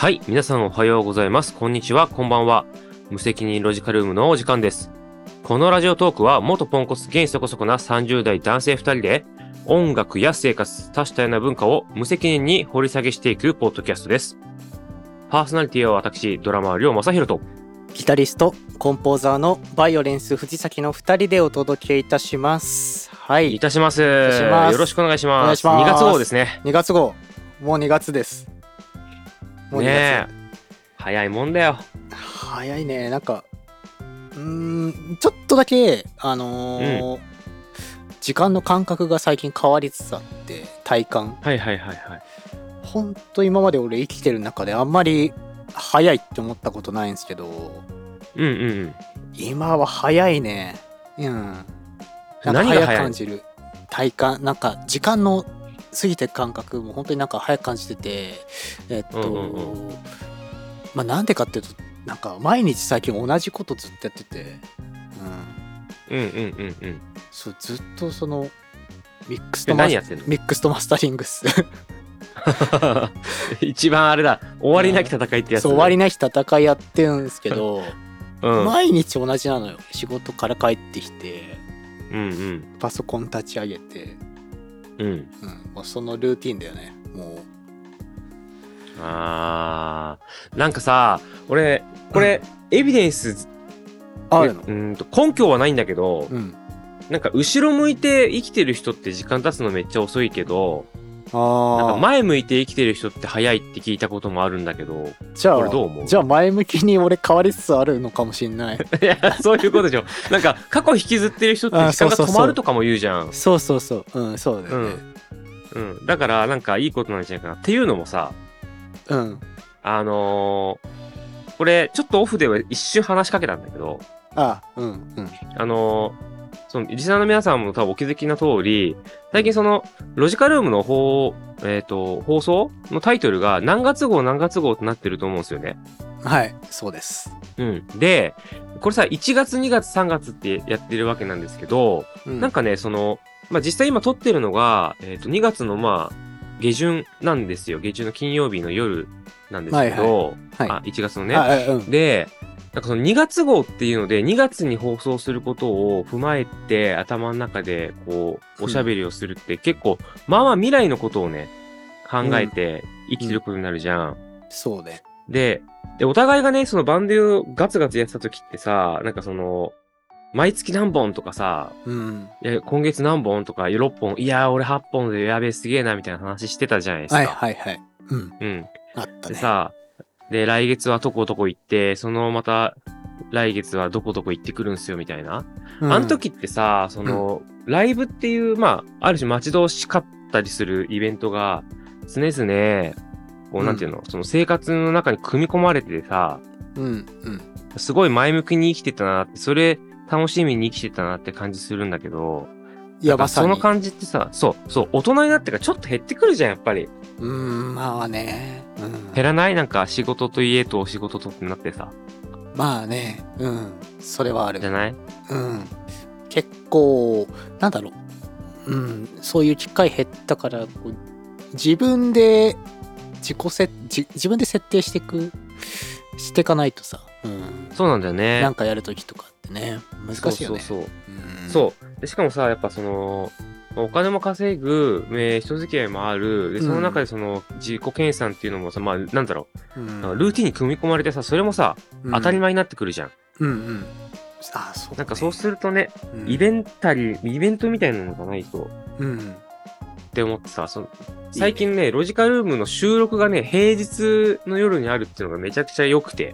はい、皆さんおはようございます。こんにちは、こんばんは。無責任ロジカルームのお時間です。このラジオトークは元ポンコツ現そこそこな30代男性2人で音楽や生活、多種多様な文化を無責任に掘り下げしていくポッドキャストです。パーソナリティは私、ドラマーりょうまさひろとギタリスト、コンポーザーのバイオレンス藤崎の2人でお届けいたします。はい。 いたします。よろしくお願いします。 お願いします。 2月号ですね。 2月号。もう2月です。もう2月。 ねえ。早いもんだよ。 早いね。なんか、ちょっとだけ、時間の感覚が最近変わりつつあって、体感。 はい。 ほんと今まで俺生きてる中であんまり早いって思ったことないんですけど、今は早いね。なんか早く感じる。体感、なんか時間の過ぎてる感覚も本当になんか早く感じてて、まあなんでかっていうと、なんか毎日最近同じことずっとやってて、そうずっとそのミックスとマスタリングっす。 一番あれだ、終わりなき戦いってやつ、 そう終わりなき戦いやってるんですけど、毎日同じなのよ。仕事から帰ってきて、パソコン立ち上げて、もうそのルーティンだよね。もうなんかさ、俺これ、エビデンスあるの？ 根拠はないんだけど、なんか後ろ向いて生きてる人って時間経つのめっちゃ遅いけど、なんか前向いて生きてる人って早いって聞いたこともあるんだけど、 じゃあこれどう思う？ じゃあ前向きに俺変わりつつあるのかもしんない。 いや、そういうことでしょ。なんか過去引きずってる人って時間が止まるとかも言うじゃん。 そうそうだよね。 だからなんかいいことなんじゃないかなっていうのもさ、これちょっとオフでは一瞬話しかけたんだけど、そのリスナーの皆さんも多分お気づきの通り、最近そのロジカルームの放送のタイトルが何月号ってなってると思うんですよね。 はい、そうです。 で、これさ、1月2月3月ってやってるわけなんですけど、なんかね、その実際今撮ってるのが2月の下旬なんですよ。下旬の金曜日の夜なんですけど、1月のね。で、なんかその2月号っていうので、2月に放送することを踏まえて頭の中でこう、おしゃべりをするって結構、未来のことをね、考えて生きてることになるじゃん。 そうね。 で、お互いがね、そのバンドをガツガツやってた時ってさ、なんかその、毎月何本とかさ、今月何本とか6本、いやー俺8本でやべえすげえなみたいな話してたじゃないですか。 はい。あったね。 でさ、で、来月はどこどこ行って、そのまた来月はどこどこ行ってくるんすよみたいな。あの時ってさ、その、ライブっていう、ある種待ち遠しかったりするイベントが、常々、こう、なんていうの、その生活の中に組み込まれててさ、すごい前向きに生きてたなって、それ楽しみに生きてたなって感じするんだけど、 いや、 その感じってさ、そう、大人になってからちょっと減ってくるじゃん、やっぱり。 まあね。 減らない？なんか仕事と家と仕事とってなってさ。 まあね、それはある。 じゃない？ 結構、なんだろう。そういう機会減ったから、自分で自分で設定していかないとさ。 そうなんだよね。 なんかやるときとかってね、難しいよね。 そう。で、しかもさ、やっぱその、お金も稼ぐ、人付き合いもある。で、その中でその、自己研鑽っていうのもさ、なんだろう、ルーティンに組み込まれてさ、それもさ、当たり前になってくるじゃん。 そう。 なんかそうするとね、イベントみたいなのがないと、って思ってさ、最近ね、ロジカルームの収録がね、平日の夜にあるっていうのがめちゃくちゃ良くて。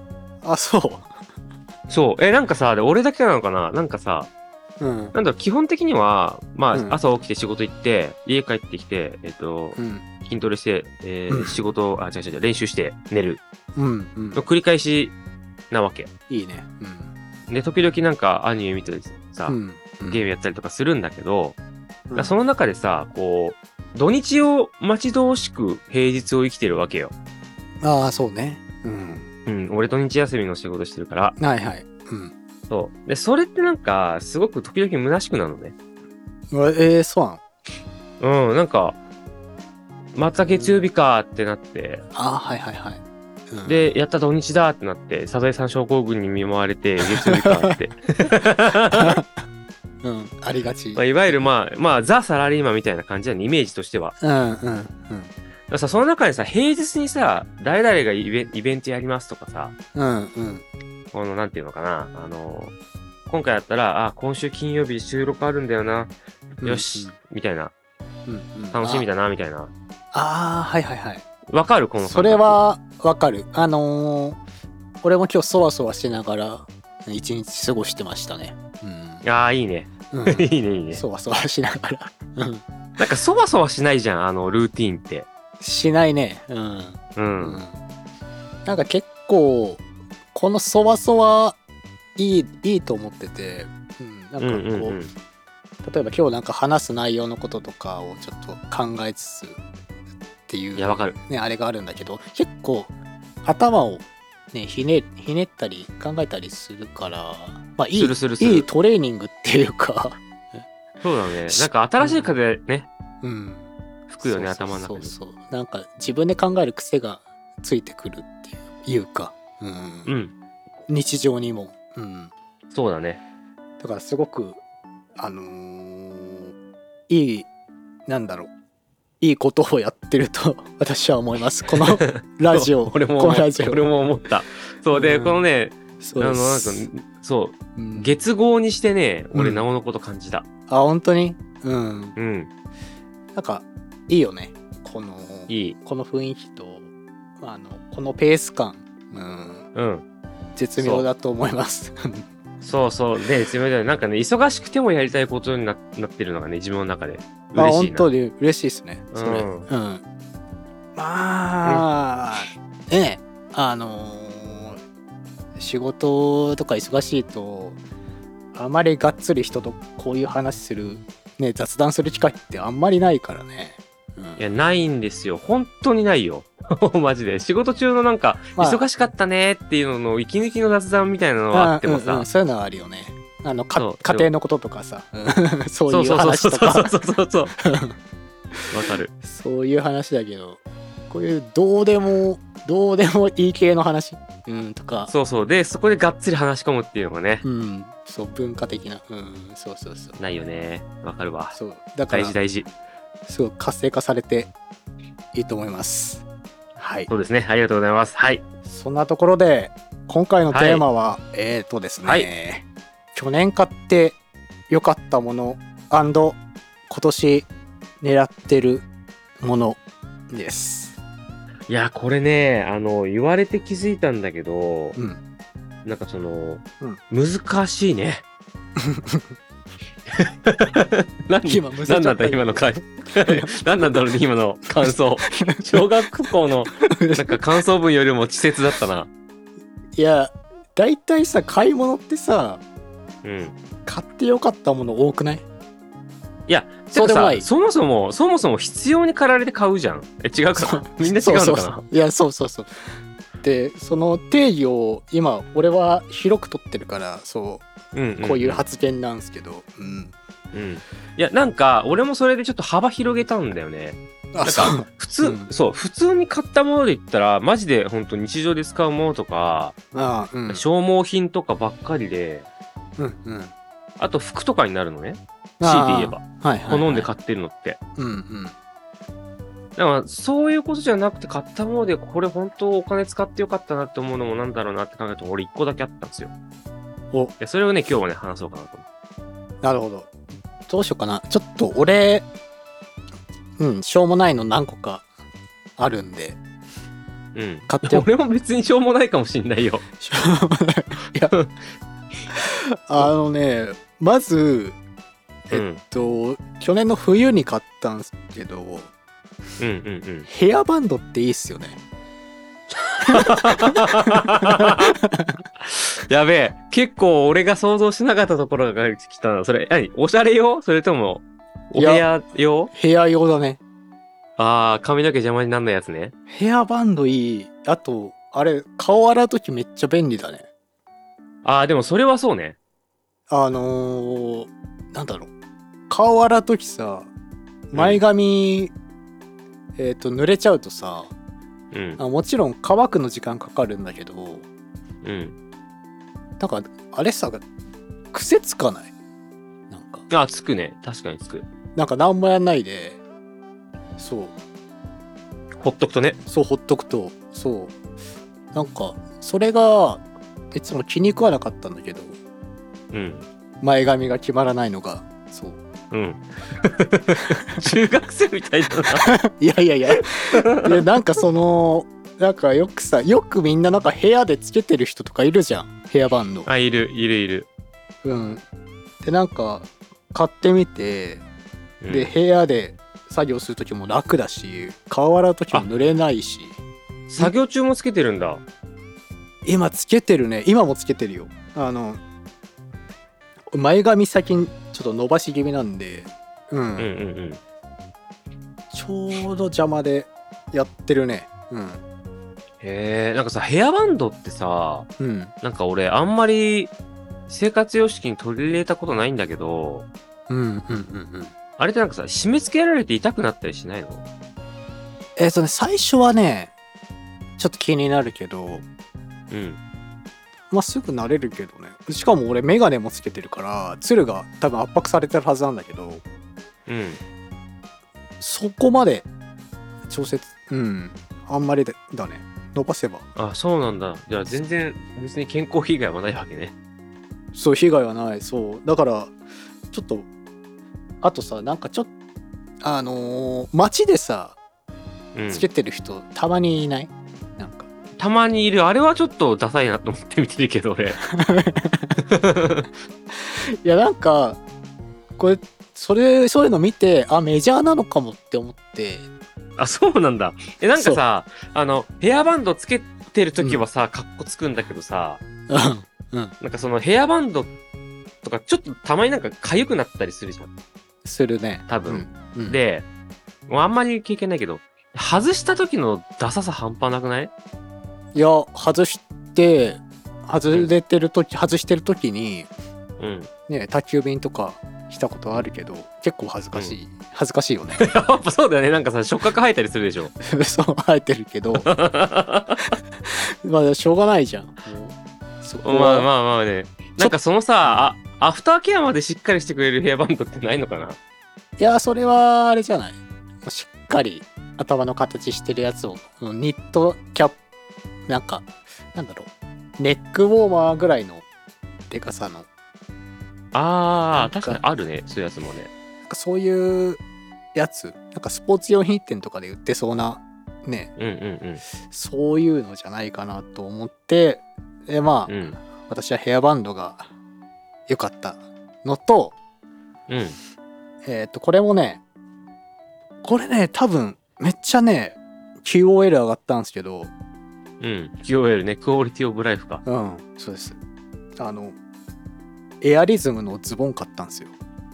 そう。なんかさ、俺だけなのかな？なんかさ、なんだろう、基本的には、朝起きて仕事行って、家帰ってきて、筋トレして、練習して寝る。の繰り返しなわけ。 いいね。 で、時々なんかアニメ見たりさ、ゲームやったりとかするんだけど、その中でさ、こう、土日を待ち遠しく平日を生きてるわけよ。 そうね。 俺土日休みの仕事してるから。そう。で、それってなんか、すごく時々虚しくなるのね。 そうなの？ なんか、また月曜日かってなって。 で、やった土日だってなって、サザエさん症候群に見舞われて、月曜日かって。 うん、ありがち。 いわゆるまあ、ザ・サラリーマンみたいな感じなの、イメージとしては。さ、その中でさ、平日にさ、誰々がイベントやりますとかさ、この、なんていうのかな、今回だったら、今週金曜日収録あるんだよな、よし、みたいな、楽しみだな、みたいな。 はいはいはい。 わかるこの感覚。 それはわかる。俺も今日そわそわしながら、一日過ごしてましたね。 いいね。いいね、いいね。 そわそわしながら。 なんかそわそわしないじゃん、ルーティーンって。 しないね。なんか結構このそわそはいいと思ってて、なんかこう、例えば今日なんか話す内容のこととかをちょっと考えつつっていう、 わかるね、あれがあるんだけど、結構頭をねひねったり考えたりするから、まあいいトレーニングっていうか。 そうだね。なんか新しい風ね。吹くよね、頭の中に。 そうなんか自分で考える癖がついてくるっていうか、日常にも、 そうだね。 だからすごくいい、なんだろう、いいことをやってると私は思います。このラジオ。 俺も思った。そうで、このね、なんかそう、月号にしてね、俺なおのこと感じた。 本当に？なんかいいよね。この雰囲気とこのペース感、絶妙だと思います。 そうね、絶妙だよね。なんかね、忙しくてもやりたいことになってるのがね、自分の中で嬉しいな。 本当に嬉しいですね。それ。まあね、仕事とか忙しいとあまりがっつり人とこういう話するね、雑談する機会ってあんまりないからね。 いや、ないんですよ。本当にないよ。マジで。仕事中のなんか、忙しかったねっていうのの息抜きの雑談みたいなのはあってもさ。 そういうのはあるよね。家庭のこととかさ。そういう話とか。 そう。わかる。 そういう話だけど、こういうどうでもいい系の話、とか。 そう。で、そこでがっつり話し込むっていうのがね。 そう、文化的な。そう。 ないよね。わかるわ。 そう。だから、 大事。 すごい活性化されていいと思います。はい。 そうですね。ありがとうございます。はい。 そんなところで、今回のテーマは、ですね、去年買って良かったもの&今年狙ってるものです。 いや、これね、言われて気づいたんだけど、なんかその、難しいね。何なんだ今の回。何なんだろうね、今の感想。小学校のなんか感想文よりも稚拙だったな。 いや、だいたいさ、買い物ってさ、買ってよかったもの多くない？ いや、そうでもない。そもそも必要に駆られて買うじゃん。違うかな？みんな違うのかな？ いや、そう。で、その定義を今俺は広く取ってるから、そう、こういう発言なんですけど、 いや、なんか俺もそれでちょっと幅広げたんだよね。なんか普通に買ったもので言ったら、マジで本当日常で使うものとか、消耗品とかばっかりで、あと服とかになるのね。強いて言えば、好んで買ってるのって。だからそういうことじゃなくて、買ったものでこれ本当お金使ってよかったなって思うのもなんだろうなって考えると、俺1個だけあったんですよ。それをね、今日はね話そうかなと思う。なるほど。どうしようかな。ちょっと俺、しょうもないの何個かあるんで。 買って俺も別にしょうもないかもしんないよ。 しょうもない。いや、まず、去年の冬に買ったんですけど、ヘアバンドっていいっすよね。 やべえ、結構俺が想像しなかったところが来たな。それおしゃれ用？それともお部屋用？ 部屋用だね。 髪の毛邪魔になんないやつね。 ヘアバンドいい。あとあれ、顔洗うときめっちゃ便利だね。 でもそれはそうね。 なんだろう、顔洗うときさ、前髪、濡れちゃうとさ、 うん。 もちろん乾くの時間かかるんだけど、 うん。 なんかあれさ、癖つかない？なんか。 つくね。確かにつく。 なんか何もやんないで、そう。 ほっとくとね。 そう、ほっとくと、そう。なんか、それが、いつも気に食わなかったんだけど、 うん。 前髪が決まらないのが、そう。 うん。中学生みたいだな。 いやいやいや。いや、なんかなんかよくみんななんか部屋でつけてる人とかいるじゃん。ヘアバンド。 いる。 うん。で、なんか、買ってみて、で、部屋で作業するときも楽だし、顔洗うときも濡れないし。 作業中もつけてるんだ。 今つけてるね。今もつけてるよ。前髪先にちょっと伸ばし気味なんで、ちょうど邪魔でやってるね。 へえ、なんかさ、ヘアバンドってさ、なんか俺あんまり生活様式に取り入れたことないんだけど、あれってなんかさ、締め付けられて痛くなったりしないの？ 最初はね、ちょっと気になるけど、まあ、すぐ慣れるけどね。しかも俺メガネもつけてるから、ツルが多分圧迫されてるはずなんだけど、そこまで調節、あんまりだね。伸ばせば。 あ、そうなんだ。じゃあ全然別に健康被害はないわけね。 そう、被害はない。そう。だから、ちょっと、あとさ、なんかちょっと、街でさ、つけてる人、たまにいない？なんか。 たまにいる。あれはちょっとダサいなと思って見てるけど、俺。 いや、なんか、これ、そういうの見て、メジャーなのかもって思って。 そうなんだ。なんかさ、ヘアバンドつけてるときはさ、かっこつくんだけどさ、なんかそのヘアバンドとか、ちょっとたまになんか痒くなったりするじゃん。 するね。 多分。で、もうあんまり経験ないけど、外した時のダサさ半端なくない？ いや、外してる時に、ね、宅急便とかしたことあるけど、結構恥ずかしいよね。 やっぱそうだよね。なんかさ、触覚生えたりするでしょ。 そう、生えてるけど。まあ、しょうがないじゃん。 まあね。なんかそのさ、アフターケアまでしっかりしてくれるヘアバンドってないのかな？ いや、それはあれじゃない。しっかり頭の形してるやつを、ニットキャップ、なんか、なんだろう、ネックウォーマーぐらいのでかさの。 確かにあるね、そういうやつもね。 なんかそういうやつ、なんかスポーツ用品店とかで売ってそうな、ね、そういうのじゃないかなと思って、で、まあ、私はヘアバンドが良かったのと、これね、多分、めっちゃね、QOL 上がったんですけど、 QOL ね、クオリティオブライフか。 そうです。エアリズムのズボン買ったんですよ。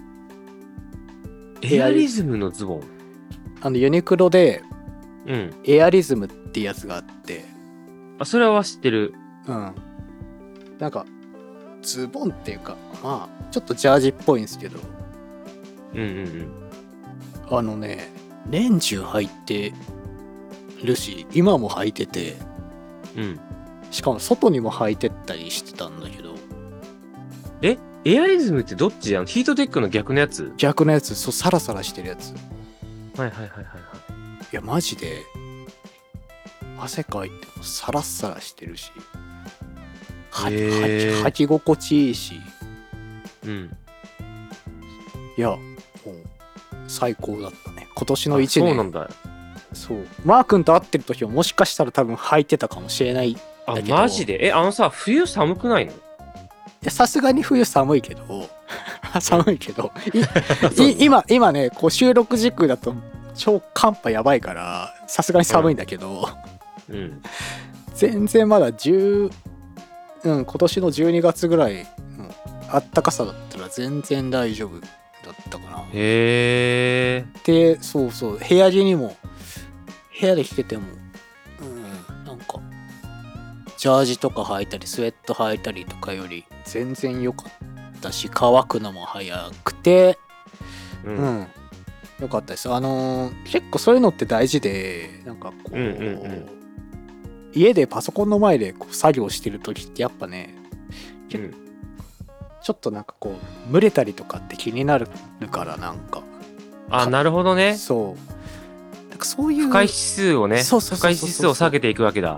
エアリズムのズボン？ ユニクロで、エアリズムってやつがあって。 それは知ってる。 なんか、ズボンっていうか、まあ、ちょっとジャージっぽいんですけど、年中履いてるし、今も履いてて、しかも外にも履いてったりしてたんだけど。 エアリズムってどっち？ヒートテックの逆のやつ？ 逆のやつ、そう、サラサラしてるやつ。 はい。 いや、マジで、汗かいてもサラッサラしてるし、履き心地いいし、いや、もう、最高だったね。今年の1年。 そうなんだ。 そう。マー君と会ってる時はもしかしたら多分履いてたかもしれないんだけど。 マジで？冬寒くないの？ いや、さすがに冬寒いけど、今ね、こう収録時空だと超寒波やばいから、さすがに寒いんだけど、全然まだ今年の12月ぐらいのあったかさだったら全然大丈夫だったかな。で、そうそう、部屋着にも、部屋で着てても、なんか、ジャージとか履いたり、スウェット履いたりとかより、全然良かったし、乾くのも早くて、良かったです。結構そういうのって大事で、なんかこう、 家でパソコンの前でこう作業してる時ってやっぱね、ちょっとなんかこう蒸れたりとかって気になるからなんか。 なるほどね。 そう。なんかそういう。 不快指数をね、不快指数を下げていくわけだ。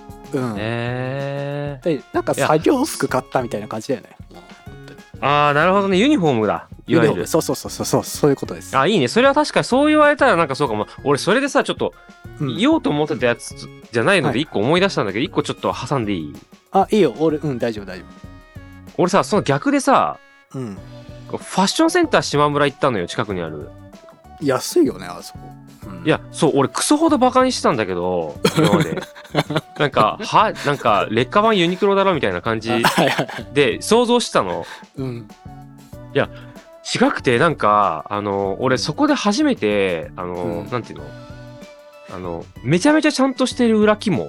でなんか作業服買ったみたいな感じだよね。 なるほどね。ユニフォームだ。いわゆる。 そういうことです。 いいね。それは確かにそう言われたらなんかそうかも。俺それでさ、ちょっと言おうと思ってたやつじゃないので一個思い出したんだけど、一個ちょっと挟んでいい？ いいよ。俺大丈夫。 俺さ、その逆でさ、ファッションセンター島村行ったのよ。近くにある。 安いよね、あそこ。 いや、そう、俺クソほどバカにしてたんだけど、今まで。なんか劣化版ユニクロだろみたいな感じで想像してたの。いや、違くて、なんか、俺そこで初めて、なんていうの？めちゃめちゃちゃんとしてる裏肝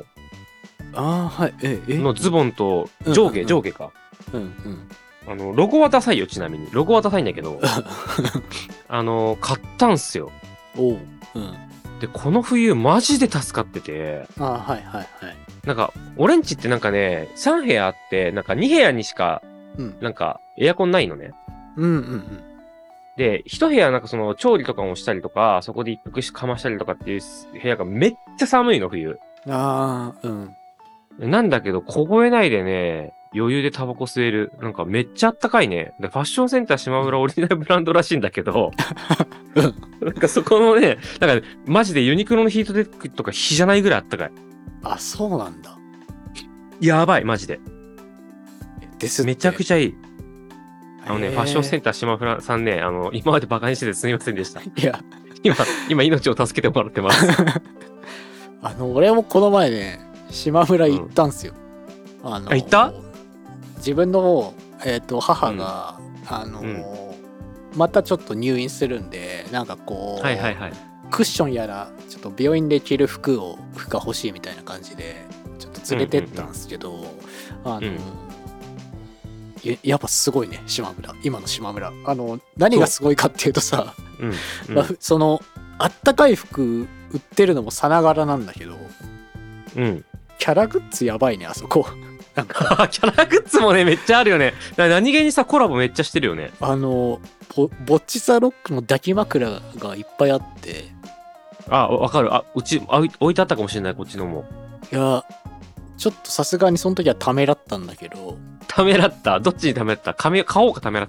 のズボンと上下か。ロゴはダサいよ、ちなみに。ロゴはダサいんだけど、買ったんすよ。で、この冬マジで助かってて。なんか、俺んちってなんかね、3部屋あって、なんか2部屋にしか、なんかエアコンないのね。で、1部屋なんかその調理とかもしたりとか、そこで一服かましたりとかっていう部屋がめっちゃ寒いの、冬。なんだけど、凍えないでね、余裕でタバコ吸える。なんかめっちゃあったかいね。で、ファッションセンター島村オリジナルブランドらしいんだけど、なんかそこのね、なんかマジでユニクロのヒートテックとか比じゃないぐらいあったかい。 そうなんだ。 やばい、マジで。 ですって。 めちゃくちゃいい。ファッションセンター島村さんね、今までバカにしててすみませんでした。 いや、 今命を助けてもらってます。 俺もこの前ね、島村行ったんすよ。 行った？ 自分の、母が、またちょっと入院するんで、なんかこう、クッションやらちょっと病院で着る服が欲しいみたいな感じでちょっと連れてったんですけど、やっぱすごいね、今の島村。何がすごいかっていうとさ、そのあったかい服売ってるのもさながらなんだけど、キャラグッズやばいね、あそこ。なんかキャラグッズもね、めっちゃあるよね。何気にさ、コラボめっちゃしてるよね。 ボッチザロックの抱き枕がいっぱいあって。 わかる。うち置いてあったかもしれない、こっちのも。 いや、ちょっとさすがにその時はためらったんだけど。 ためらった？どっちにためらった？買おうかためらった？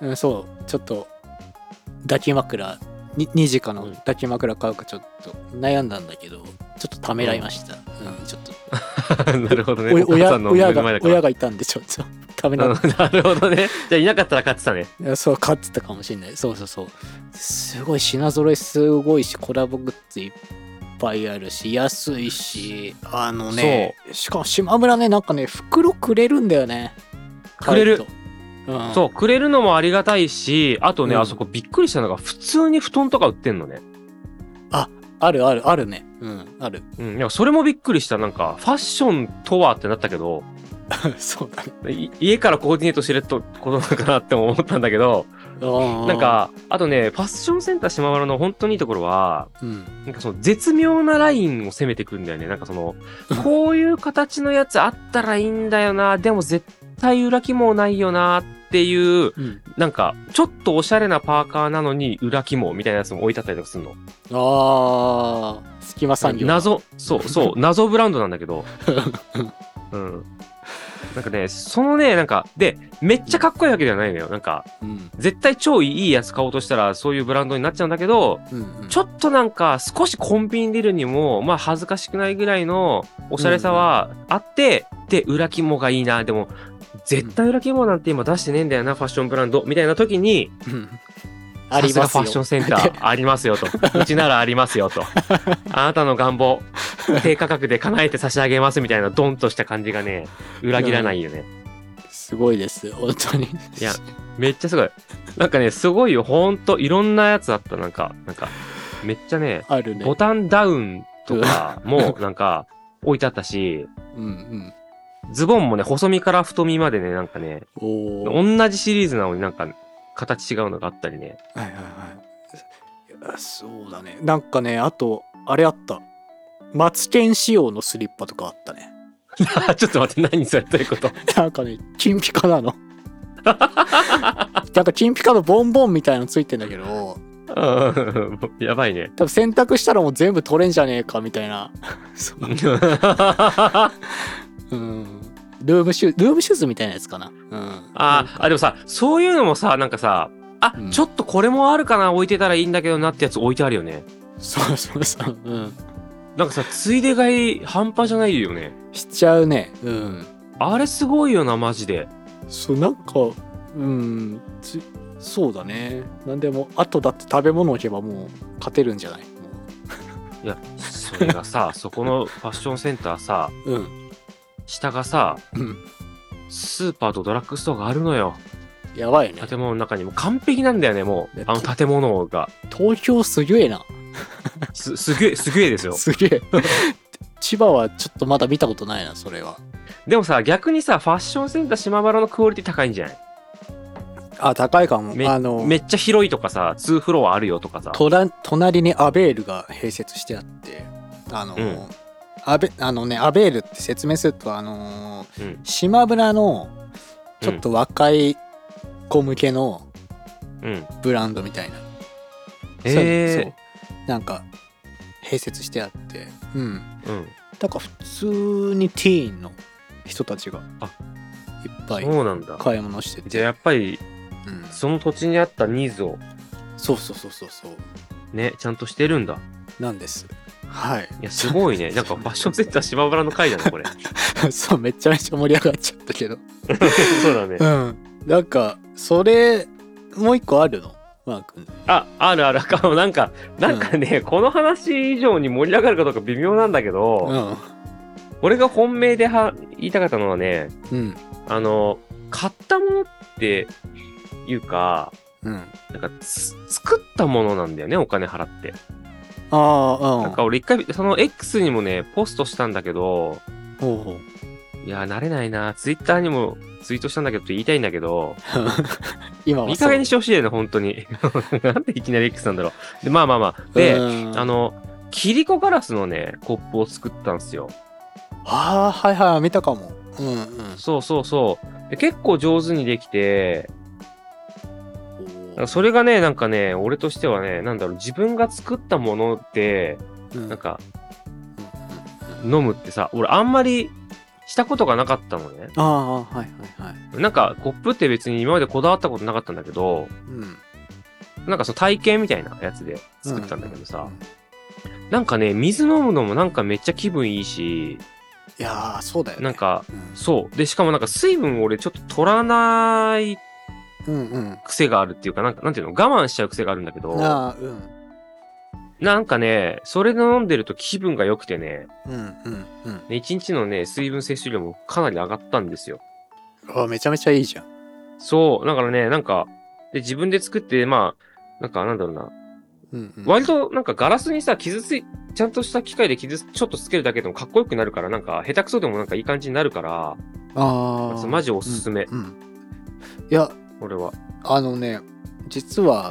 そう、ちょっと抱き枕2時間の抱き枕買うかちょっと悩んだんだけど、ちょっとためらいました。ちょっと。 なるほどね。 親がいたんでちょっとためらった。 なるほどね。じゃあいなかったら買ってたね。 そう、買ってたかもしれない。そう。すごい品揃えすごいし、コラボグッズいっぱいあるし、安いし、しかも島村ね、なんかね、袋くれるんだよね。 くれる。そう、くれるのもありがたいし、あとね、あそこびっくりしたのが、普通に布団とか売ってんのね。 あるね。ある。 いや、それもびっくりした。なんか、ファッションとはってなったけど、 そうだね。 家からコーディネートしてることなのかなって思ったんだけど、なんか、あとね、ファッションセンター島村の本当にいいところは、なんかその絶妙なラインを攻めてくるんだよね。なんかその、こういう形のやつあったらいいんだよな、でも絶対裏肝ないよなっていう、なんか、ちょっとおしゃれなパーカーなのに裏肝みたいなやつも置いてあったりとかするの。 隙間産業。 謎ブランドなんだけど、なんかね、そのね、なんか、で、めっちゃかっこいいわけではないのよ。なんか、絶対超いいやつ買おうとしたら、そういうブランドになっちゃうんだけど、ちょっとなんか、少しコンビニ出るにも、まあ恥ずかしくないぐらいのおしゃれさはあって、で、裏肝がいいな。でも、絶対裏肝なんて今出してねえんだよな、ファッションブランド。みたいな時に、さすがファッションセンターありますよと。うちならありますよと。あなたの願望、低価格で叶えて差し上げますみたいなドンとした感じがね、裏切らないよね。 すごいです、本当に。 いや、めっちゃすごい。なんかね、すごいよ、ほんと、いろんなやつあった。なんか、めっちゃね、 あるね。 ボタンダウンとかも、なんか、置いてあったし、ズボンもね、細身から太身までね、なんかね、同じシリーズなのになんか、形違うのがあったりね。 そうだね。なんかね、あと、あれあった。 マツケン仕様のスリッパとかあったね。 ちょっと待って、何それ、どういうこと？ なんかね、金ピカなの。なんか金ピカのボンボンみたいのついてんだけど、 やばいね。 多分洗濯したらもう全部取れんじゃねえかみたいな。うん、ルームシューズみたいなやつかな。うん、 でもさ、そういうのもさ、なんかさ、ちょっとこれもあるかな、置いてたらいいんだけどなってやつ置いてあるよね。 そうそうそう。うん。 なんかさ、ついで買い半端じゃないよね。 しちゃうね。うん。 あれすごいよな、マジで。 そう、なんか、そうだね。なんでも、あとだって食べ物置けばもう勝てるんじゃない？ いや、それがさ、そこのファッションセンターさ、下がさ、スーパーとドラッグストアがあるのよ。 やばいね。 建物の中にも完璧なんだよね、もう。あの建物が。 東京すげえな。 すげえですよ。 すげえ。千葉はちょっとまだ見たことないな、それは。 でもさ、逆にさ、ファッションセンター島原のクオリティ高いんじゃない？ 高いかも。 めっちゃ広いとかさ、2フロアあるよとかさ。 隣にアベールが併設してあって、アベールって説明すると、島村のちょっと若い子向けのブランドみたいな。そうなんか併設してあって、だから普通にティーンの人たちがいっぱい買い物してて、 じゃあやっぱり、その土地にあったニーズをそうね、ちゃんとしてるんだ。 なんです。はい。 いやすごいね。なんかファッションセンター島村の回だねこれ。 そう、めちゃめちゃ盛り上がっちゃったけど。 そうだね。 なんかそれもう一個あるの？マー君。 ある。なんかね、この話以上に盛り上がるかどうか微妙なんだけど、俺が本命で言いたかったのはね、買ったものっていうか、なんか作ったものなんだよね、お金払って。なんか俺一回その X にもねポストしたんだけど、いや慣れないな。ツイッターにもツイートしたんだけどって言いたいんだけど、 今はいい加減にしてほしいよね本当に。なんでいきなり X なんだろう。でまあで、キリコガラスのねコップを作ったんですよ。 はい見たかも。 そうで結構上手にできて、それがねなんかね俺としてはね、なんだろう、自分が作ったものってなんか飲むってさ、俺あんまりしたことがなかったのね。なんかコップって別に今までこだわったことなかったんだけど、なんかその体験みたいなやつで作ったんだけどさ、なんかね水飲むのもなんかめっちゃ気分いいし、 いやそうだよね。 なんか、そうで、しかもなんか水分俺ちょっと取らない癖があるっていうか、なんていうの、我慢しちゃう癖があるんだけど、なんかね、それで飲んでると気分が良くてね、一日のね、水分摂取量もかなり上がったんですよ。 めちゃめちゃいいじゃん。 そう、だからね、なんか、で、自分で作って、まあ、なんかなんだろうな、割となんかガラスにさ、ちゃんとした機械で傷ちょっとつけるだけでもかっこよくなるから、なんか下手くそでもなんかいい感じになるから、マジおすすめ。いや、 俺は。 実は、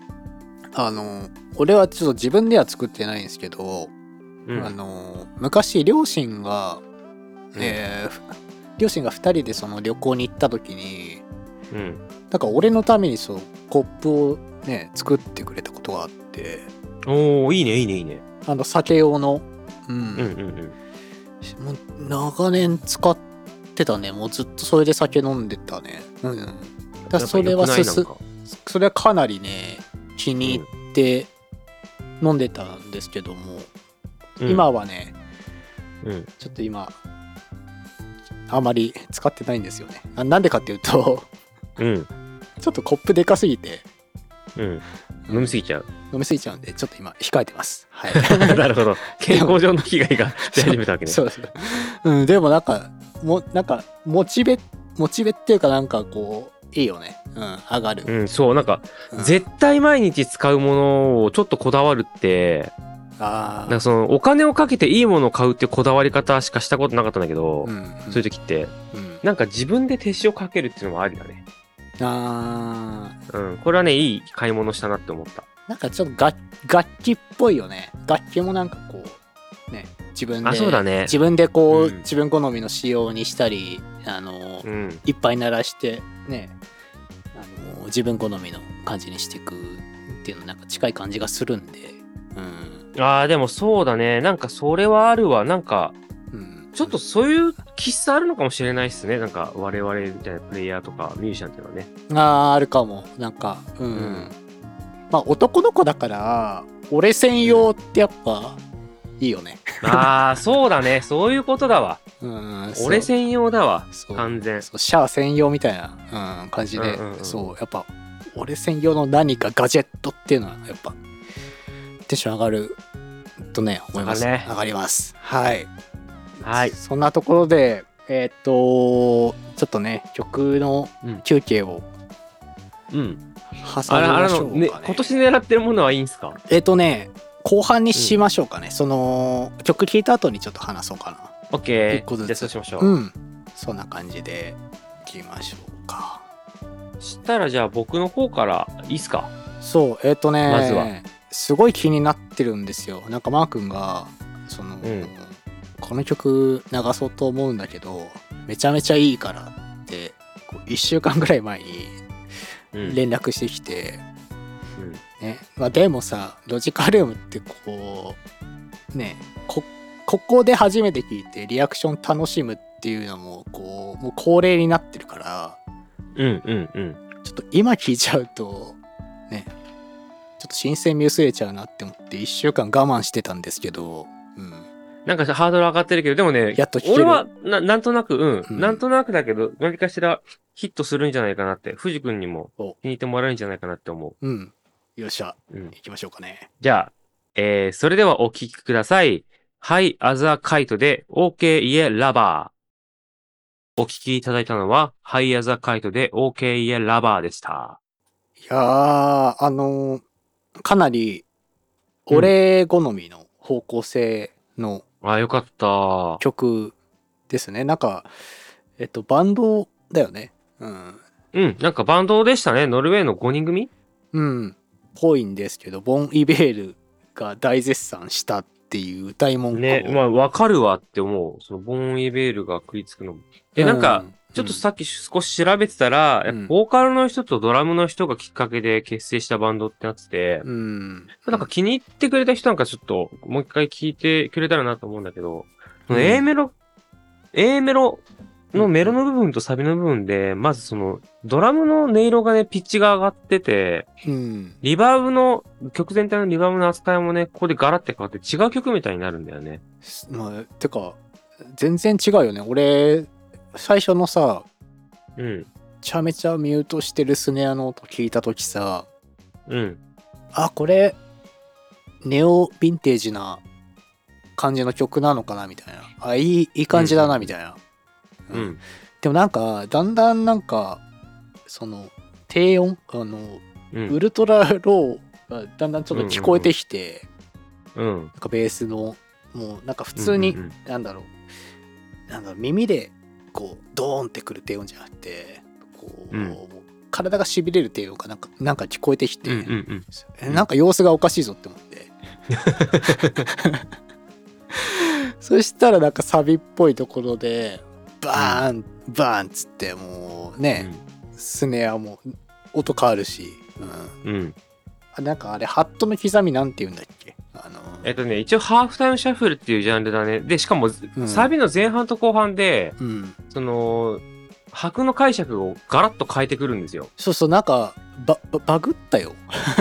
俺はちょっと自分では作ってないんですけど、昔両親が2人でその旅行に行った時に、なんか俺のためにコップをね作ってくれたことがあって。 いいね。 酒用の。もう長年使ってたね。もうずっとそれで酒飲んでたね。それはかなりね気に入って飲んでたんですけども、今はね、ちょっと今あまり使ってないんですよね。なんでかっていうとちょっとコップでかすぎて、 飲みすぎちゃうんでちょっと今控えてます。 なるほど。健康上の被害が出始めたわけね。 そう。でもなんかモチベっていうか、なんかこういいよね。上がる。 そう、なんか、絶対毎日使うものをちょっとこだわるって、なんかそのお金をかけていいものを買うっていうこだわり方しかしたことなかったんだけど、そういう時って、なんか自分で手塩かけるっていうのもありだね。これはね、いい買い物したなって思った。 なんかちょっと楽器っぽいよね。楽器もなんかこうね、 自分で。 あ、そうだね。 自分でこう、 うん自分好みの仕様にしたり、いっぱい鳴らしてね、自分好みの感じにしていくっていうのなんか近い感じがするんで。 ああ、でもそうだね。なんかそれはあるわ。なんか、ちょっとそういう気質あるのかもしれないですね。なんか我々みたいなプレイヤーとかミュージシャンっていうのはね。 あるかも。なんか、まあ男の子だから、俺専用ってやっぱいいよね。 ああ、そうだね。そういうことだわ。俺専用だわ。完全。 シャア専用みたいな、感じで、そう、やっぱ俺専用の何かガジェットっていうのはやっぱテンション上がるとね、思います。上がります。はい。 はい。 そんなところで、ちょっとね、曲の休憩を挟みましょうかね。 今年狙ってるものはいいんすか？ 後半にしましょうかね。その曲聴いた後にちょっと話そうかな。 OK。一個ずつ。じゃあそうしましょう。 そんな感じでいきましょうか。 したらじゃあ僕の方からいいっすか？ そう、 まずはすごい気になってるんですよ。なんかマー君がこの曲流そうと思うんだけどめちゃめちゃいいからって1週間ぐらい前に連絡してきて、でもさ、ロジカルームってこうね、ここで初めて聞いてリアクション楽しむっていうのもこうもう恒例になってるから、ちょっと今聞いちゃうとね、ちょっと新鮮味薄れちゃうなって思って1週間我慢してたんですけど、 なんかハードル上がってるけど、でもね、 やっと聞ける。 俺はなんとなく、なんとなくだけど、何かしらヒットするんじゃないかなって、藤君にも気に入ってもらえるんじゃないかなって思う。 よっしゃ、行きましょうかね。 じゃあ、それではお聴きください。High as a Kite で OK 家ラバー。お聴きいただいたのは High as a Kite で OK 家ラバーでした。 いやー、かなり俺好みの方向性のよかった曲ですね。なんかバンドだよね。 なんかバンドでしたね。ノルウェーの5人組？ ぽいんですけど、ボン・イベールが大絶賛したっていう歌い文句をね、まあわかるわって思う。そのボン・イベールが食いつくのも。なんか、ちょっとさっき少し調べてたら、ボーカルの人とドラムの人がきっかけで結成したバンドってなってて、なんか気に入ってくれた人なんかちょっともう一回聞いてくれたらなと思うんだけど、A メロのメロの部分とサビの部分で、まずそのドラムの音色がね、ピッチが上がってて、リバーブの、曲全体のリバーブの扱いもね、ここでガラって変わって違う曲みたいになるんだよね。 てか、全然違うよね。俺、最初のさ、めちゃめちゃミュートしてるスネアの音聞いたときさ、これ、ネオヴィンテージな感じの曲なのかなみたいな。いい感じだなみたいな。でもなんかだんだんなんかその低音ウルトラローがだんだんちょっと聞こえてきて、なんかベースのもうなんか普通に、なんだろう耳でこうドーンってくる低音じゃなくてこう、体がしびれる低音がなんか聞こえてきて、なんか様子がおかしいぞって思ってそしたらなんかサビっぽいところでバーンバーンっつってもうね、スネアも音変わるし、なんかあれハットの刻みなんて言うんだっけ？ 一応ハーフタイムシャッフルっていうジャンルだね。でしかも、サビの前半と後半で、その拍の解釈をガラッと変えてくるんですよ。 そうなんかバグったよ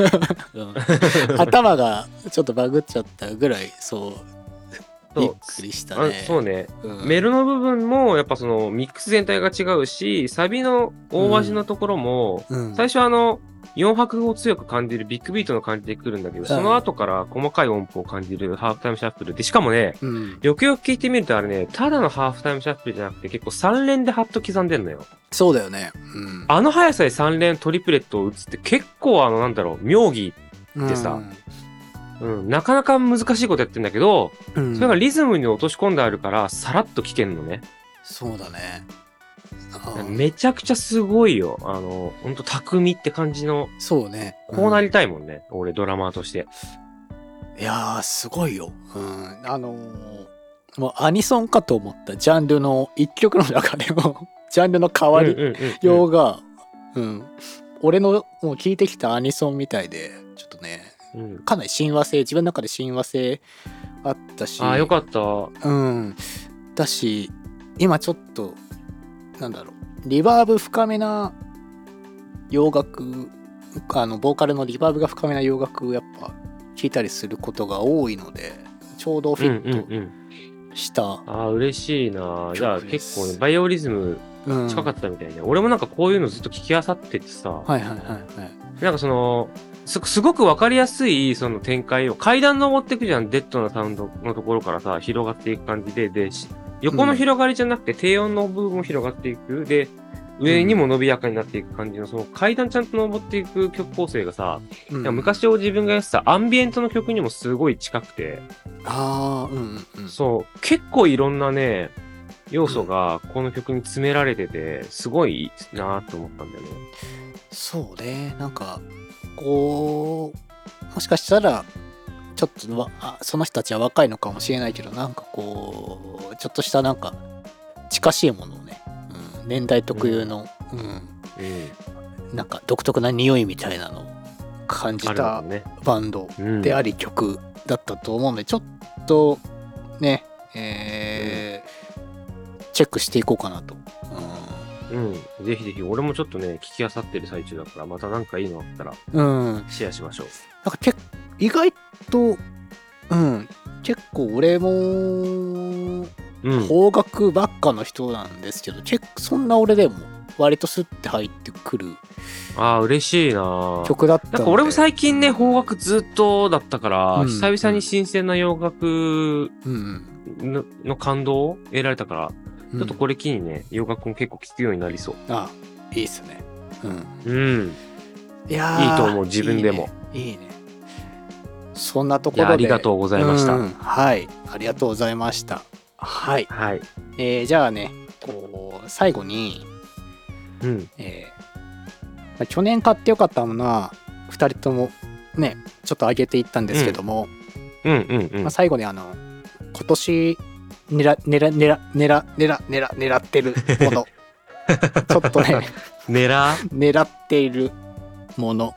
頭がちょっとバグっちゃったぐらいびっくりしたね。 そうね、メロの部分もやっぱそのミックス全体が違うし、サビの大味のところも、最初4拍を強く感じるビッグビートの感じで来るんだけど、その後から細かい音符を感じるハーフタイムシャッフルで、しかもね、よくよく聞いてみるとあれね、ただのハーフタイムシャッフルじゃなくて結構3連でハット刻んでんのよ。 そうだよね。 あの速さで3連トリプレットを打つって結構妙義ってさ、なかなか難しいことやってんだけど、それがリズムに落とし込んであるからさらっと聴けんのね。 そうだね。 めちゃくちゃすごいよ。ほんと匠って感じの。 そうね。 こうなりたいもんね。俺ドラマーとして。 いやーすごいよ。 もうアニソンかと思ったジャンルの一曲の中でもジャンルの変わりようが、俺のもう聴いてきたアニソンみたいでちょっとね、かなり親和性、自分の中で親和性あったし、 よかった。 だし今ちょっとなんだろう、リバーブ深めな洋楽、ボーカルのリバーブが深めな洋楽やっぱ聴いたりすることが多いので、ちょうどフィットした、 嬉しいな。じゃあ結構ね、バイオリズム近かったみたいね。俺もなんかこういうのずっと聞きあさっててさ、なんかそのすごくわかりやすいその展開を階段登っていくじゃん。デッドなサウンドのところからさ広がっていく感じで、横の広がりじゃなくて低音の部分も広がっていく、で上にも伸びやかになっていく感じの、その階段ちゃんと登っていく曲構成がさ、昔を自分がやってたアンビエントの曲にもすごい近くて、そう結構いろんなね要素がこの曲に詰められてて、すごいなと思ったんだよね。 そうね、なんかこうもしかしたらちょっとその人たちは若いのかもしれないけど、なんかこうちょっとしたなんか近しいものをね、年代特有の、なんか独特な匂いみたいなのを感じたバンドであり曲だったと思うので、ちょっとね、チェックしていこうかなと。 ぜひぜひ、俺もちょっとね聞きあさってる最中だから、またなんかいいのあったらシェアしましょう。 なんか意外と結構俺も邦楽ばっかの人なんですけど、そんな俺でも割とスッて入ってくる嬉しいな曲だったので、 なんか俺も最近ね邦楽ずっとだったから、久々に新鮮な洋楽の感動を得られたから、ちょっとこれ機にね洋楽も結構聴くようになりそう。 いいっすね。 いいと思う、自分でも。 いいね。そんなところでありがとうございました。 はい、ありがとうございました。はい、じゃあね、最後に、去年買ってよかったものは2人ともねちょっと上げていったんですけども、最後に今年狙ってるものちょっとね狙っているもの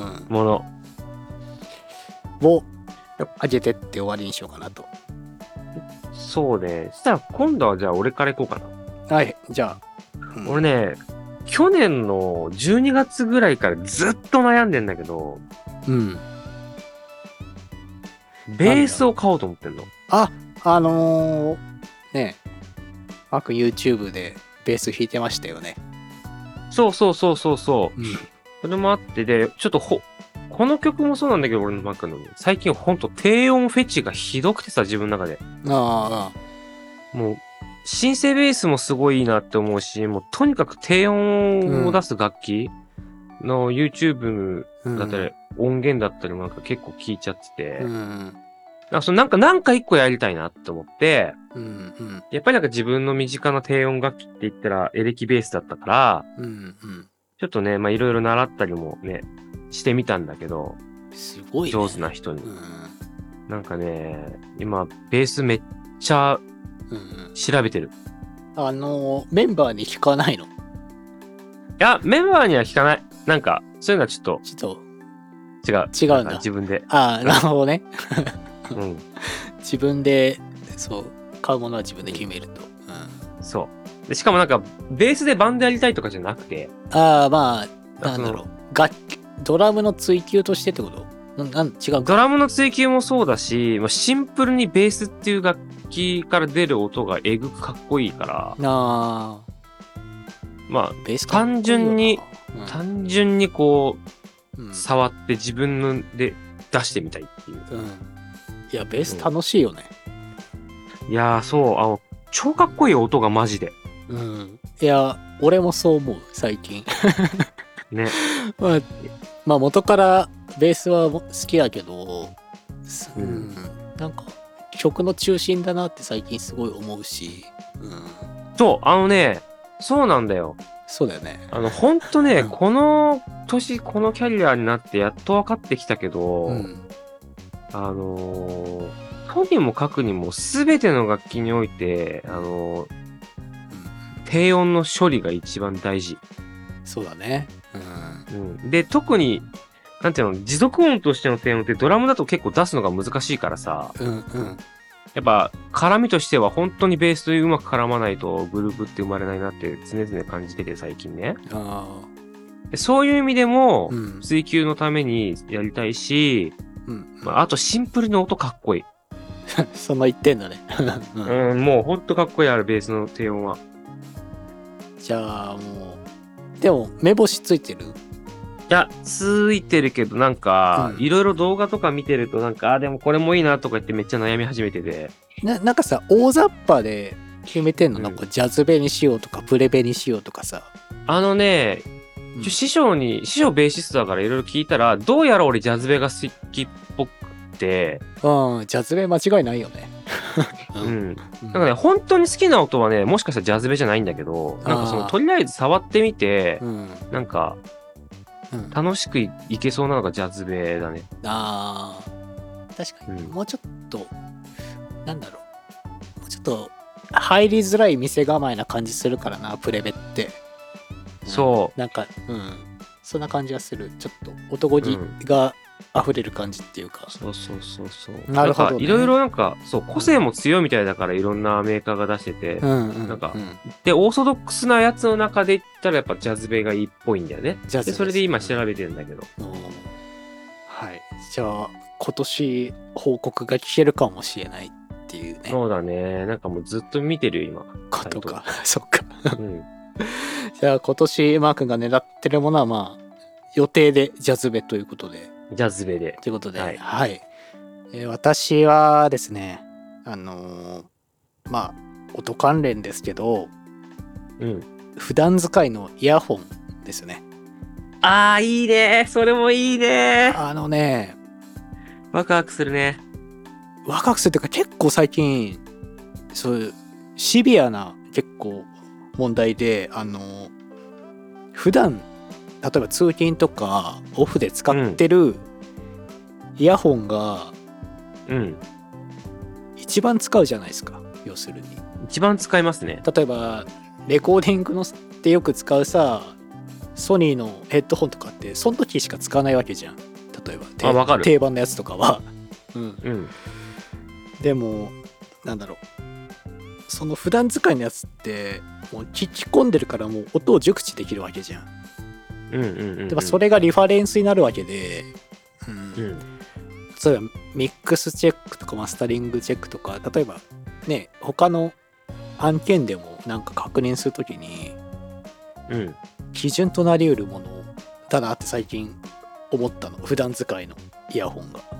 を上げてって終わりにしようかなと。 そうね。そしたら今度はじゃあ俺からいこうかな。 はい、じゃあ、 俺ね去年の12月ぐらいからずっと悩んでんだけど、ベースを買おうと思ってんの。 ねえ、マーク YouTube でベース弾いてましたよね。 そう。それもあってで、ちょっとこの曲もそうなんだけど、俺のマークの最近ほんと低音フェチがひどくてさ、自分の中で。もうシンセベースもすごいいいなって思うし、もうとにかく低音を出す楽器の YouTube だったり、音源だったりもなんか結構聞いちゃってて、なんか一個やりたいなって思って、やっぱりなんか自分の身近な低音楽器って言ったらエレキベースだったから、ちょっとね、いろいろ習ったりもね、してみたんだけど、 すごいね、 上手な人に。なんかね、今、ベースめっちゃ調べてる。 メンバーに聞かないの？いや、メンバーには聞かない。なんか、そういうのはちょっと違うんだ。自分で。 なるほどね。自分で買うものは自分で決めると。 そうで。しかもなんかベースでバンドやりたいとかじゃなくて、 なんだろう、ドラムの追求としてってこと？違う。 ドラムの追求もそうだし、シンプルにベースっていう楽器から出る音がえぐくかっこいいから、ベース単純にこう、触って自分ので出してみたいっていう。 いや、ベース楽しいよね。 いや超かっこいい音がマジで。 いや、俺もそう思う、最近。 ね。 元からベースは好きだけど、なんか曲の中心だなって最近すごい思うし。 そうなんだよ。 そうだよね。 ほんとね、この年、このキャリアになってやっと分かってきたけど、 とにもかくにも全ての楽器において、低音の処理が一番大事。 そうだね。 で、特に、なんていうの、持続音としての低音ってドラムだと結構出すのが難しいからさ、やっぱ、絡みとしては本当にベースとうまく絡まないとグループって生まれないなって常々感じてて最近ね。でそういう意味でも、追求のためにやりたいし、あとシンプルに音かっこいい。 そんな言ってんだね。 もうほんとかっこいいあるベースの低音は。 じゃあもう、でも目星ついてる？ いや、ついてるけど、なんか、いろいろ動画とか見てると、なんか、でもこれもいいなとか言ってめっちゃ悩み始めてて。 なんかさ、大雑把で決めてんの？なんかジャズベにしようとか、プレベにしようとかさ。 師匠ベーシストだからいろいろ聞いたら、どうやら俺ジャズベが好きっぽくて。 ジャズベ間違いないよね。 なんかね、本当に好きな音はね、もしかしたらジャズベじゃないんだけど、なんかその、とりあえず触ってみて、なんか、楽しくいけそうなのがジャズベだね。 確かに、もうちょっとなんだろう、もうちょっと入りづらい店構えな感じするからな、プレベって。 そうなんかそんな感じがする。ちょっと男気が溢れる感じっていうか。 そうなるほど、ね。 いろいろなんかそう個性も強いみたいだからいろんなメーカーが出してて、なんかでオーソドックスなやつの中で言ったらやっぱジャズベがいいっぽいんだよね。でそれで今調べてるんだけど。 はい。じゃあ今年報告が聞けるかもしれないっていうね。 そうだね。なんかもうずっと見てるよ今。 ことか。そっか。じゃあ今年マー君が狙ってるものはまあ予定でジャズベということで。 ジャズベで。 ということで、はい。私はですね、まあ音関連ですけど、普段使いのイヤホンですね。 いいね。それもいいね。ワクワクするね。 ワクワクするっていうか結構最近そういうシビアな結構問題で、普段例えば通勤とかオフで使ってるイヤホンが一番使うじゃないですか。要するに一番使いますね。 例えばレコーディングのってよく使うさ、ソニーのヘッドホンとかってその時しか使わないわけじゃん。例えば定番のやつとかはでもなんだろう、その普段使いのやつってもう聞き込んでるからもう音を熟知できるわけじゃん。でもそれがリファレンスになるわけで、例えばミックスチェックとかマスタリングチェックとか、例えばね他の案件でもなんか確認するときに、基準となりうるものだなって最近思ったの。普段使いのイヤホンが。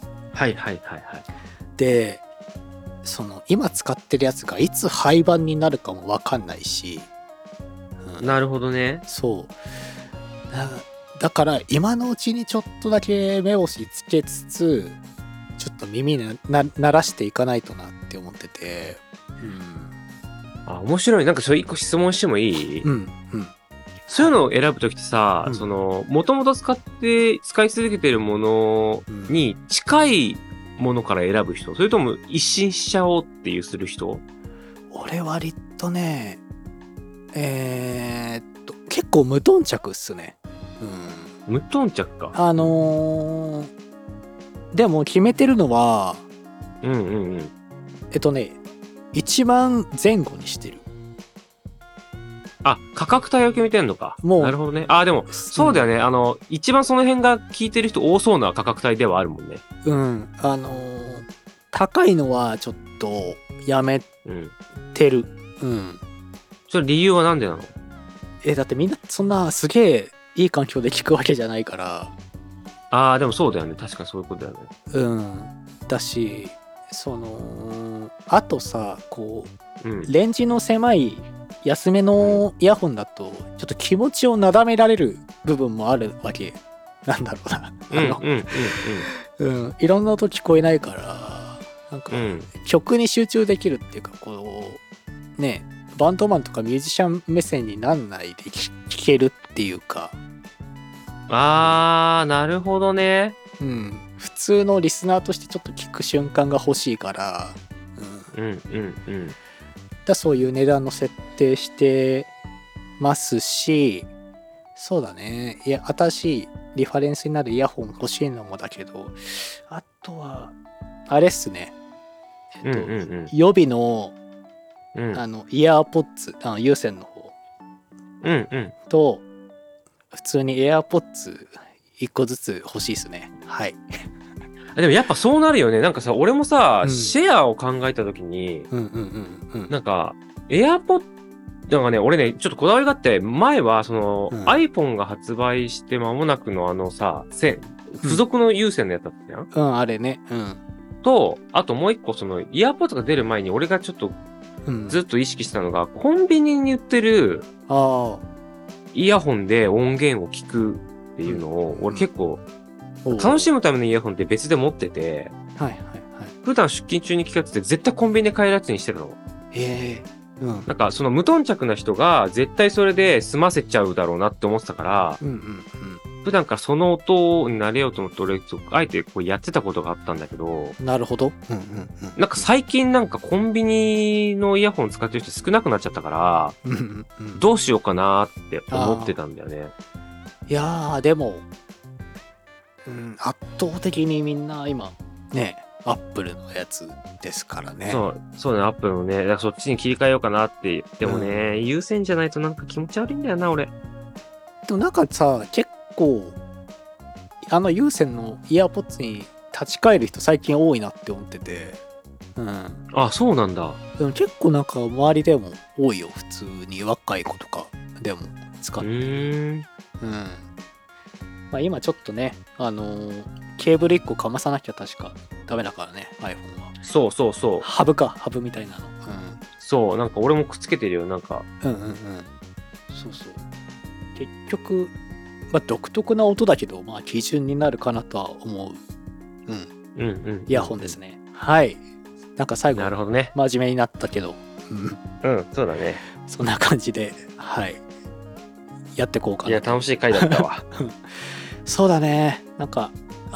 でその今使ってるやつがいつ廃盤になるかも分かんないし、 なるほどね。 そうだから今のうちにちょっとだけ目星つけつつちょっと耳に慣らしていかないとなって思ってて、 面白い。なんかそれ一個質問してもいい？そういうのを選ぶときってさ、そのもともと使い続けてるものに近いものから選ぶ人、それとも一新しちゃおうっていうする人？ 俺割とね結構無頓着っすね。 無頓着か。 でも決めてるのは1万前後にしてる。 価格帯を決めてんのか。なるほどね。でもそうだよね。一番その辺が聞いてる人多そうな価格帯ではあるもんね。 高いのはちょっとやめてる。 それ理由はなんでなの？ だってみんなそんなすげえいい環境で聞くわけじゃないから。 でもそうだよね。確かにそういうことだよね。 だしあとさこう、レンジの狭い安めのイヤホンだとちょっと気持ちをなだめられる部分もあるわけなんだろうな。いろんな音聞こえないからなんか、曲に集中できるっていうかこうね、バンドマンとかミュージシャン目線になんないで聞けるっていうか。 なるほどね。 普通のリスナーとしてちょっと聞く瞬間が欲しいから、そういう値段の設定してますし、そうだね。いや、新しいリファレンスになるイヤホン欲しいのもだけど、あとはあれっすね。予備の、イヤーポッツ、有線の方、と普通にエアポッツ1個ずつ欲しいですね。はい。 でもやっぱそうなるよね。なんかさ、俺もさ、シェアを考えたときに、なんか、エアポッなんかね、俺ね、ちょっとこだわりがあって、前は、iPhone が発売して間もなくのさ、付属の有線のやつだったじゃん？ あれね。 と、あともう一個、イヤーポッドが出る前に、俺がちょっと、ずっと意識したのが、コンビニに売ってる、イヤホンで音源を聞くっていうのを、俺結構、楽しむためのイヤホンって別で持ってて、普段出勤中に聞くやつって絶対コンビニで買えるやつにしてるの。なんか無頓着な人が絶対それで済ませちゃうだろうなって思ってたから、普段からその音に慣れようと思って俺あえてこうやってたことがあったんだけど、 なるほど。 なんか最近なんかコンビニのイヤホン使ってる人少なくなっちゃったから、どうしようかなって思ってたんだよね。 いやーでも、圧倒的にみんな今ね、アップルのやつですからね。 そうね、アップルのね。だからそっちに切り替えようかなって言ってもね、優先じゃないとなんか気持ち悪いんだよな、俺。 でもなんかさ、結構、有線のイヤーポッツに立ち返る人最近多いなって思ってて。 あ、そうなんだ。 でも結構なんか周りでも多いよ、普通に若い子とかでも使ってる。まあ今ちょっとね、ケーブル1個かまさなきゃ確かダメだからね、iPhone は。 そう。 ハブみたいなの。 そう、なんか俺もくっつけてるよ、なんか。 そう。結局、まあ独特な音だけど、まあ基準になるかなとは思う。イヤホンですね。はい。なんか最後、 なるほどね。 真面目になったけど。 そうだね。 そんな感じで、はい。やってこうかな。 いや、楽しい回だったわ。 そうだね。なんか、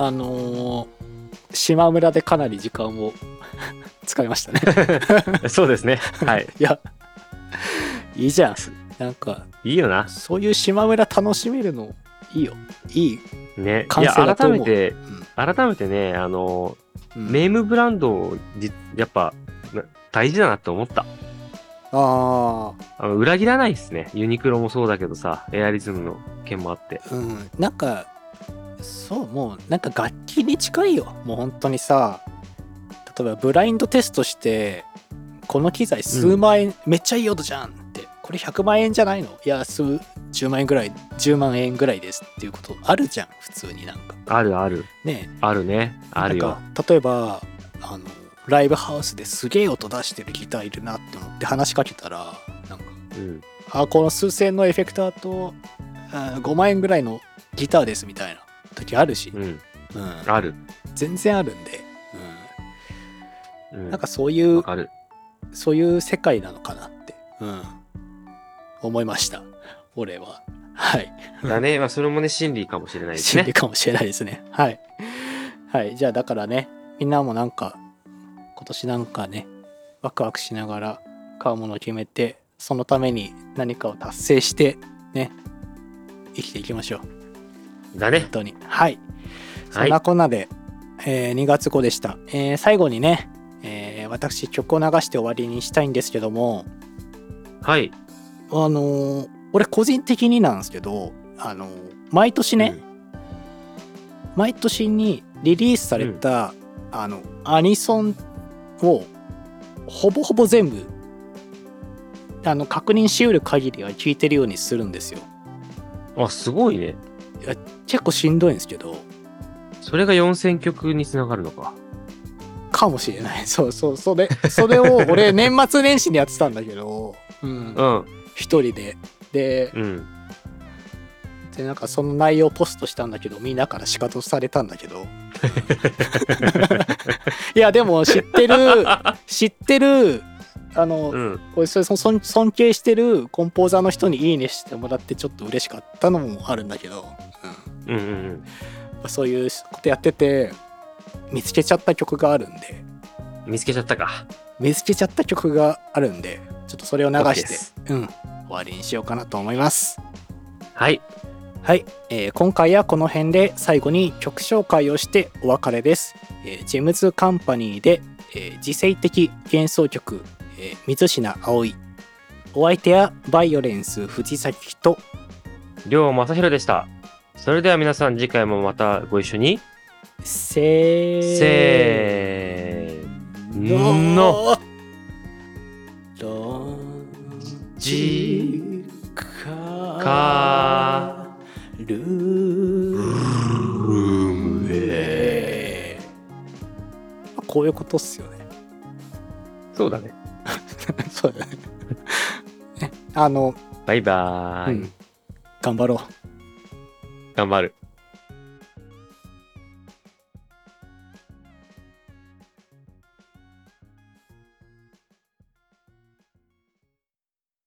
島村でかなり時間を使いましたね。 そうですね。はい。 いや、いいじゃん。なんか、 いいよな。 そういう島村楽しめるの、いいよ。いい。 ね。いや、改めてね、ネームブランド、やっぱ、大事だなって思った。裏切らないですね。ユニクロもそうだけどさ、エアリズムの件もあって。 なんか、もうなんか楽器に近いよ。もう本当にさ、例えばブラインドテストして、この機材数万円、めっちゃいい音じゃんって、これ100万円じゃないの？いや、10万円ぐらい、10万円ぐらいですっていうことあるじゃん、普通になんか。 ある。 ね。 あるね。あるよ。 例えば、ライブハウスですげえ音出してるギターいるなって思って話しかけたら、なんか、この数千円のエフェクターと、5万円ぐらいのギターですみたいな時あるし、 ある。 全然あるんで、なんかそういう世界なのかなって、思いました、俺は。はい。 だね、まあそれもね、真理かもしれないですね。 真理かもしれないですね。はい。はい、じゃあだからね、みんなもなんか、今年なんかね、ワクワクしながら買うものを決めて、そのために何かを達成してね、生きていきましょう。 だね。 本当に。はい。そんなこんなで、2月号でした。最後にね、私曲を流して終わりにしたいんですけども、 はい。 俺個人的になんですけど、毎年ね、毎年にリリースされた、アニソンをほぼほぼ全部確認しうる限りは聴いてるようにするんですよ。 あ、すごいね。 いや結構しんどいんですけど、 それが4000曲につながるのかもしれない。それを俺年末年始にやってたんだけど、一人でで、なんかその内容をポストしたんだけど、みんなから仕方されたんだけどいやでも知ってるこれ尊敬してるコンポーザーの人にいいねしてもらってちょっと嬉しかったのもあるんだけど、そういうことやってて、 見つけちゃった曲があるんで。 見つけちゃったか。 見つけちゃった曲があるんで、ちょっとそれを流して、終わりにしようかなと思います。 はい。 はい、今回はこの辺で最後に曲紹介をしてお別れです。ジェムズカンパニーで、自生的幻想曲、水品葵。お相手はバイオレンス藤崎と亮正弘でした。それでは皆さん次回もまたご一緒に。 せーの。じかるこういうことっすよね。 そうだね。 そうだね。 バイバーイ、 頑張ろう。 頑張る。